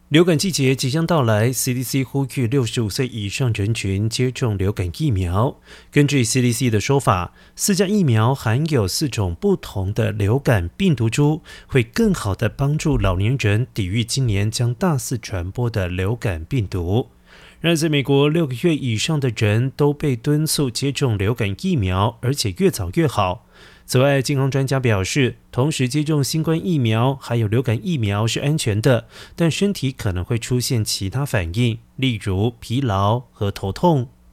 流感季节即将到来 ，CDC 呼吁65岁以上人群接种流感疫苗。根据 CDC 的说法，4价疫苗含有4种不同的流感病毒株，会更好地帮助老年人抵御今年将大肆传播的流感病毒。然而，在美国，6个月以上的人都被敦促接种流感疫苗，而且越早越好。此外，健康专家表示，同时接种新冠疫苗还有流感疫苗是安全的，但身体可能会出现其他反应，例如疲劳和头痛。